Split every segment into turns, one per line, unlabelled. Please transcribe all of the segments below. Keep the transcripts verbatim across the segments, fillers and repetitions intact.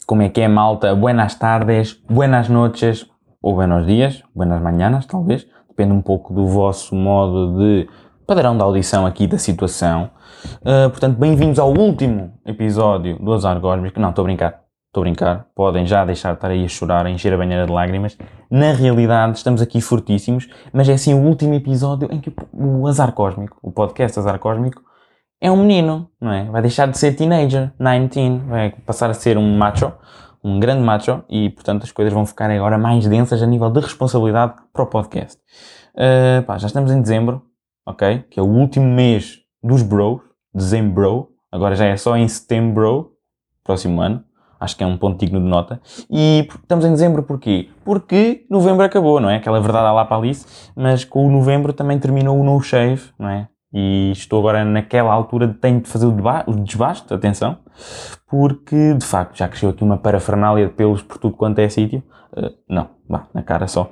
Como é que é, malta? Buenas tardes, buenas noches ou buenos dias, buenas manhãs, talvez. Depende um pouco do vosso modo de padrão de audição aqui da situação. Uh, portanto, bem-vindos ao último episódio do Azar Cósmico. Não, estou a brincar. Estou a brincar. Podem já deixar de estar aí a chorar, a encher a banheira de lágrimas. Na realidade, estamos aqui fortíssimos, mas é assim o último episódio em que o Azar Cósmico, o podcast Azar Cósmico, é um menino, não é? Vai deixar de ser teenager, dezenove, vai passar a ser um macho, um grande macho, e portanto as coisas vão ficar agora mais densas a nível de responsabilidade para o podcast. Uh, pá, já estamos em dezembro, ok? Que é o último mês dos bros, dezembro, agora já é só em setembro, próximo ano. Acho que é um ponto digno de nota. E estamos em dezembro porquê? Porque novembro acabou, não é? Aquela verdade à lá para Alice, mas com o novembro também terminou o no shave, não é? E estou agora naquela altura de tenho de fazer o, deba- o desbaste, atenção, porque de facto já cresceu aqui uma parafernália de pelos por tudo quanto é sítio. Uh, não, vá, na cara só.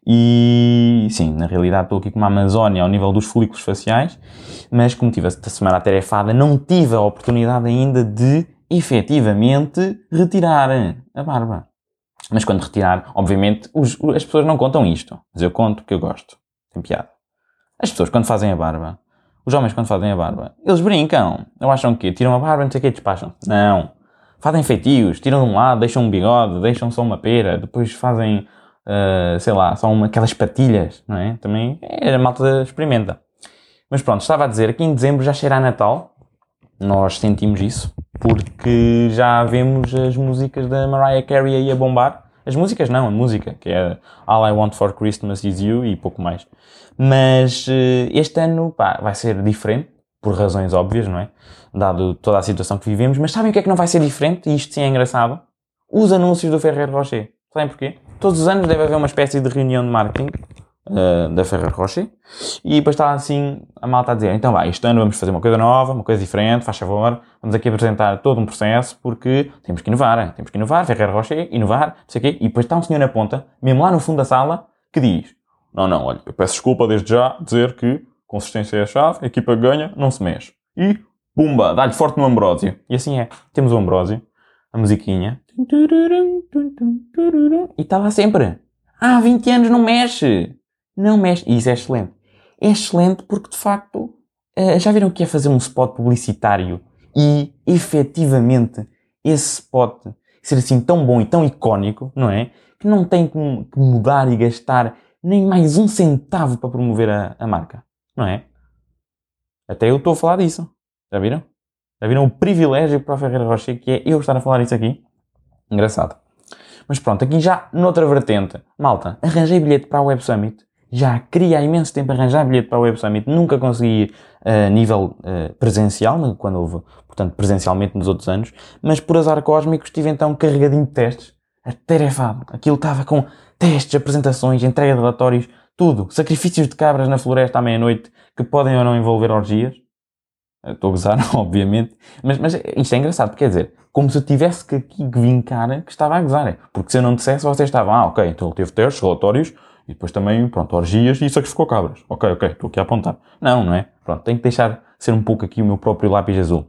E sim, na realidade estou aqui com uma Amazónia ao nível dos folículos faciais, mas como tive esta semana atarefada, não tive a oportunidade ainda de efetivamente retirar a barba. Mas quando retirar, obviamente, os, as pessoas não contam isto, mas eu conto porque eu gosto. Tem piada. As pessoas quando fazem a barba, os homens quando fazem a barba, eles brincam. Ou acham que tiram a barba e não sei o que despacham. Não. Fazem feitios, tiram de um lado, deixam um bigode, deixam só uma pera, depois fazem, uh, sei lá, só uma, aquelas patilhas, não é? Também é, a malta experimenta. Mas pronto, estava a dizer, aqui em dezembro já cheira a Natal. Nós sentimos isso, porque já vemos as músicas da Mariah Carey aí a bombar. As músicas não, a música, que é All I Want For Christmas Is You e pouco mais. Mas este ano, pá, vai ser diferente, por razões óbvias, não é? Dado toda a situação que vivemos. Mas sabem o que é que não vai ser diferente? E isto sim é engraçado. Os anúncios do Ferrero Rocher. Sabem porquê? Todos os anos deve haver uma espécie de reunião de marketing uh, da Ferrero Rocher. E depois está assim, a malta a dizer, então vai, este ano vamos fazer uma coisa nova, uma coisa diferente, faz favor. Vamos aqui apresentar todo um processo, porque temos que inovar. Temos que inovar, Ferrero Rocher, inovar, não sei o quê. E depois está um senhor na ponta, mesmo lá no fundo da sala, que diz, não, não, olha, eu peço desculpa desde já dizer que consistência é a chave, a equipa ganha, não se mexe. E, pumba, dá-lhe forte no Ambrósio. E assim é. Temos o Ambrósio, a musiquinha. E está lá sempre. Há vinte anos não mexe. Não mexe. E isso é excelente. É excelente porque, de facto, já viram o que é fazer um spot publicitário e, efetivamente, esse spot ser assim tão bom e tão icónico, não é? Que não tem que mudar e gastar nem mais um centavo para promover a, a marca, não é? Até eu estou a falar disso. Já viram? Já viram o privilégio para o Ferrero Rocher que é eu estar a falar isso aqui? Engraçado. Mas pronto, aqui já noutra vertente. Malta, arranjei bilhete para a Web Summit. Já queria há imenso tempo arranjar bilhete para a Web Summit. Nunca consegui ir a nível uh, presencial, quando houve, portanto, presencialmente nos outros anos. Mas por azar cósmico estive então carregadinho de testes. Atarefado. Aquilo estava com testes, apresentações, entrega de relatórios, tudo. Sacrifícios de cabras na floresta à meia-noite que podem ou não envolver orgias. Estou a gozar, obviamente. Mas, mas isto é engraçado, porque quer dizer, como se eu tivesse que aqui vincar que estava a gozar. Porque se eu não dissesse, vocês estavam, ah, ok, então ele teve testes, relatórios, e depois também, pronto, orgias e sacrificou cabras. Ok, ok, estou aqui a apontar. Não, não é? Pronto, tenho que deixar ser um pouco aqui o meu próprio lápis azul.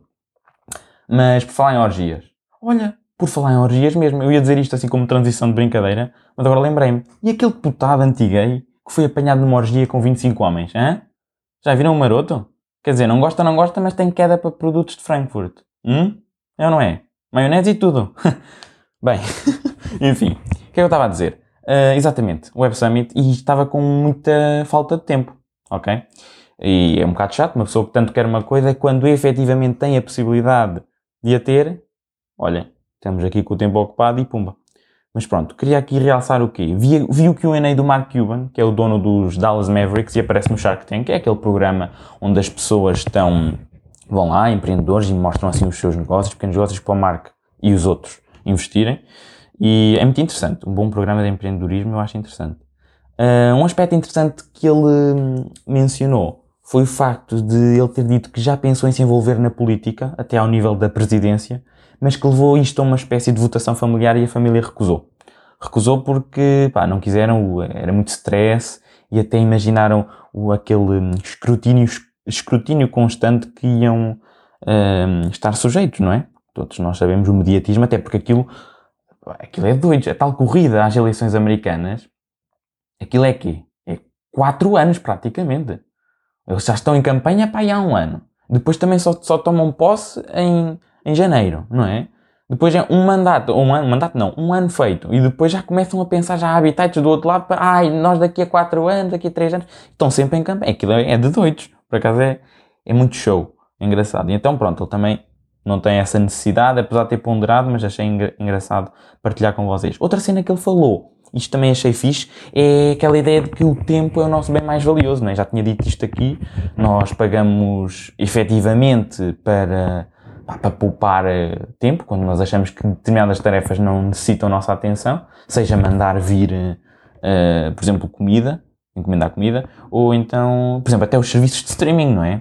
Mas por falar em orgias, olha, por falar em orgias mesmo, eu ia dizer isto assim como transição de brincadeira, mas agora lembrei-me. E aquele deputado anti-gay que foi apanhado numa orgia com vinte e cinco homens, hã? Já viram o maroto? Quer dizer, não gosta, não gosta, mas tem queda para produtos de Frankfurt. Hum? É ou não é? Maionese e tudo. Bem, enfim, o que é que eu estava a dizer? Uh, exatamente, o Web Summit, e estava com muita falta de tempo, ok? E é um bocado chato, uma pessoa que tanto quer uma coisa, quando efetivamente tem a possibilidade de a ter, olha, estamos aqui com o tempo ocupado e pumba. Mas pronto, queria aqui realçar o quê? Vi, vi o Q and A do Mark Cuban, que é o dono dos Dallas Mavericks, e aparece no Shark Tank, que é aquele programa onde as pessoas estão, vão lá, empreendedores, e mostram assim os seus negócios, pequenos negócios para o Mark e os outros investirem. E é muito interessante, um bom programa de empreendedorismo, eu acho interessante. Uh, um aspecto interessante que ele hum, mencionou foi o facto de ele ter dito que já pensou em se envolver na política, até ao nível da presidência, mas que levou isto a uma espécie de votação familiar e a família recusou. Recusou porque, pá, não quiseram, era muito stress e até imaginaram o, aquele escrutínio, escrutínio constante que iam hum, estar sujeitos, não é? Todos nós sabemos o mediatismo, até porque aquilo aquilo é doido. A tal corrida às eleições americanas, aquilo é quê? É quatro anos praticamente. Eles já estão em campanha para aí há um ano. Depois também só, só tomam posse em, em janeiro, não é? Depois é um mandato, um ano, mandato não, um ano feito. E depois já começam a pensar já habitats do outro lado para, ai, nós daqui a quatro anos, daqui a três anos, estão sempre em campanha. Aquilo é de doidos. Por acaso é, é muito show. É engraçado. E então pronto, ele também não tem essa necessidade, apesar de ter ponderado, mas achei engra- engraçado partilhar com vocês. Outra cena que ele falou, isto também achei fixe, é aquela ideia de que o tempo é o nosso bem mais valioso, não é? Já tinha dito isto aqui, nós pagamos efetivamente para, pá, para poupar tempo, quando nós achamos que determinadas tarefas não necessitam a nossa atenção, seja mandar vir, uh, por exemplo, comida, encomendar comida, ou então, por exemplo, até os serviços de streaming, não é?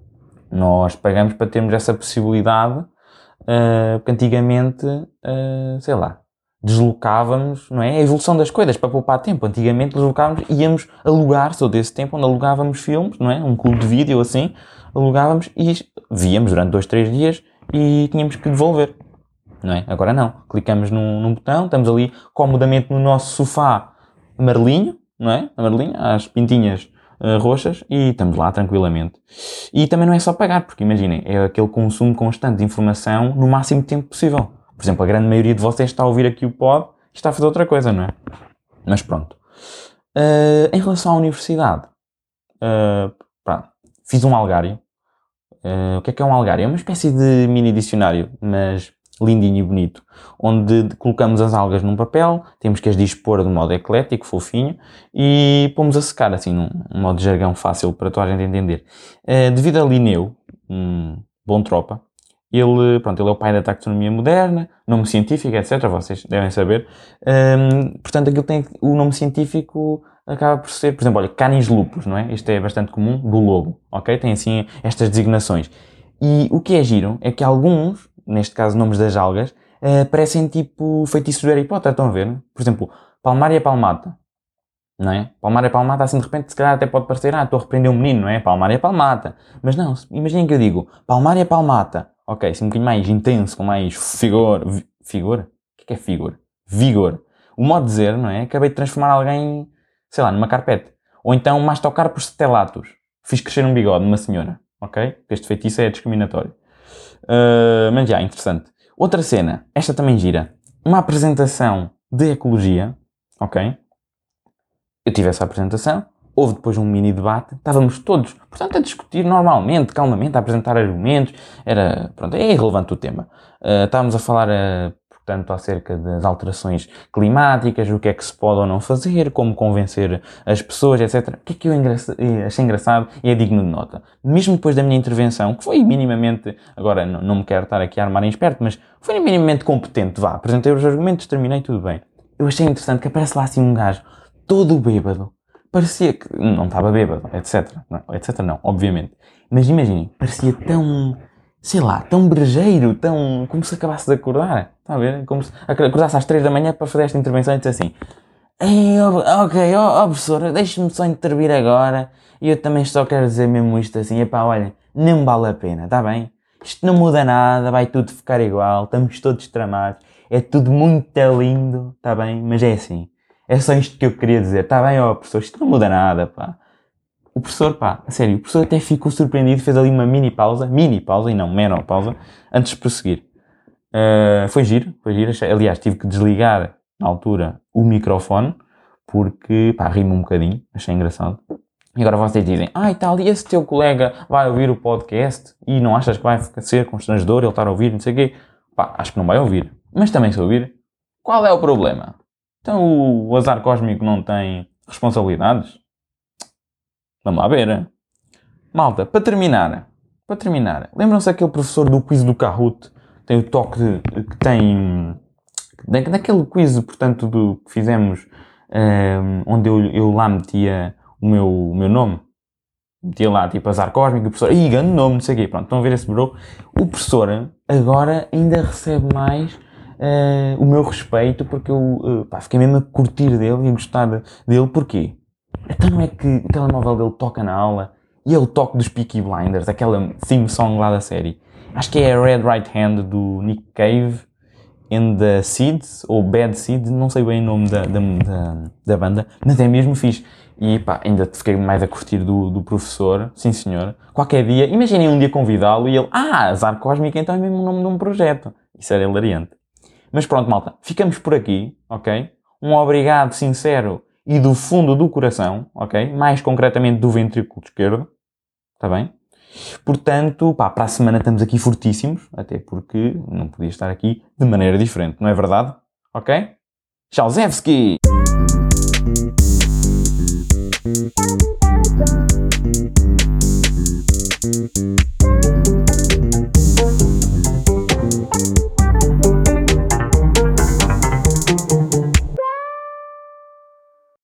Nós pagamos para termos essa possibilidade, uh, porque antigamente, uh, sei lá, deslocávamos, não é? A evolução das coisas para poupar tempo. Antigamente deslocávamos, íamos alugar, sou desse tempo onde alugávamos filmes, não é? Um clube de vídeo assim, alugávamos e víamos durante dois, três dias e tínhamos que devolver, não é? Agora não. Clicamos num, num botão, estamos ali comodamente no nosso sofá amarelinho, não é? Amarelinho, às pintinhas uh, roxas e estamos lá tranquilamente. E também não é só pagar, porque imaginem, é aquele consumo constante de informação no máximo tempo possível. Por exemplo, a grande maioria de vocês está a ouvir aqui o pod e está a fazer outra coisa, não é? Mas pronto. Uh, em relação à universidade, uh, pá, fiz um algário. Uh, o que é que é um algário? É uma espécie de mini dicionário, mas lindinho e bonito, onde colocamos as algas num papel, temos que as dispor de modo eclético, fofinho, e pomos a secar, assim, num, num modo de jargão fácil para toda a gente entender. Uh, devido a Linneu, um bom tropa, ele, pronto, ele é o pai da taxonomia moderna, nome científico, etcétera. Vocês devem saber. Um, portanto, aquilo tem, o nome científico acaba por ser, por exemplo, olha, Canis lupus, não é? Isto é bastante comum, do lobo, ok? Tem assim estas designações. E o que é giro é que alguns, neste caso nomes das algas, uh, parecem tipo feitiços do Harry Potter, estão a ver? Por exemplo, Palmaria palmata, não é? Palmaria palmata, assim de repente, se calhar até pode parecer, ah, estou a repreender um menino, não é? Palmaria palmata. Mas não, imaginem que eu digo, Palmaria palmata, ok, assim um bocadinho mais intenso, com mais figor, vi, figor? O que é que é figor? Vigor. O modo de dizer, não é? Acabei de transformar alguém, sei lá, numa carpete. Ou então, Mastocarpus stellatus. Fiz crescer um bigode numa senhora, ok? Este feitiço é discriminatório. Uh, mas já, interessante. Outra cena, esta também gira. Uma apresentação de ecologia, ok? Eu tive essa apresentação, houve depois um mini debate, estávamos todos, portanto, a discutir normalmente, calmamente, a apresentar argumentos, era, pronto, é irrelevante o tema. Uh, estávamos a falar, uh, portanto, acerca das alterações climáticas, o que é que se pode ou não fazer, como convencer as pessoas, etcétera. O que é que eu engraça- achei engraçado e é digno de nota. Mesmo depois da minha intervenção, que foi minimamente, agora não, não me quero estar aqui a armar em esperto, mas foi minimamente competente, vá, apresentei os argumentos, terminei, tudo bem. Eu achei interessante que aparece lá assim um gajo, todo bêbado, parecia que não estava bêbado, etcétera. Não, etcétera não, obviamente. Mas imaginem, parecia tão, sei lá, tão brejeiro, tão, como se acabasse de acordar. Está a ver? Como se acordasse às três da manhã para fazer esta intervenção e disse assim, Ei, ok, ó oh, oh, professora, deixe-me só intervir agora e eu também só quero dizer mesmo isto assim, epá, olha, não vale a pena, está bem? Isto não muda nada, vai tudo ficar igual, estamos todos tramados, é tudo muito lindo, está bem? Mas é assim. É só isto que eu queria dizer. Está bem, ó, professor, isto não muda nada, pá. O professor, pá, a sério, o professor até ficou surpreendido, fez ali uma mini pausa, mini pausa e não menopausa, antes de prosseguir. Uh, foi giro, foi giro. Aliás, tive que desligar, na altura, o microfone, porque, pá, ri-me um bocadinho, achei engraçado. E agora vocês dizem, ah, e tal, e esse teu colega vai ouvir o podcast e não achas que vai ser constrangedor ele estar a ouvir, não sei o quê? Pá, acho que não vai ouvir. Mas também se ouvir, qual é o problema? Então o azar cósmico não tem responsabilidades? Vamos lá ver. Malta, para terminar, para terminar, lembram-se aquele professor do quiz do Kahoot? Tem o toque de, que tem, daquele quiz, portanto, do, que fizemos, um, onde eu, eu lá metia o meu, o meu nome. Metia lá, tipo, azar cósmico, o professor, ih, grande nome, não sei o quê. Pronto, estão a ver esse bro? O professor agora ainda recebe mais Uh, o meu respeito, porque eu uh, pá, fiquei mesmo a curtir dele e a gostar dele. Porquê? Então não é que o telemóvel dele toca na aula e é o toque dos Peaky Blinders, aquela theme song lá da série. Acho que é a Red Right Hand do Nick Cave and the Seeds, ou Bad Seeds, não sei bem o nome da, da, da, da banda, mas é mesmo fixe. E pá, ainda fiquei mais a curtir do, do professor, sim senhor. Qualquer dia, imaginem um dia convidá-lo e ele, ah, Azar Cósmica então é mesmo o nome de um projeto. Isso era hilariante. Mas pronto, malta, ficamos por aqui, ok? Um obrigado sincero e do fundo do coração, ok? Mais concretamente do ventrículo esquerdo, está bem? Portanto, pá, para a semana estamos aqui fortíssimos, até porque não podia estar aqui de maneira diferente, não é verdade? Ok? Tchauzewski!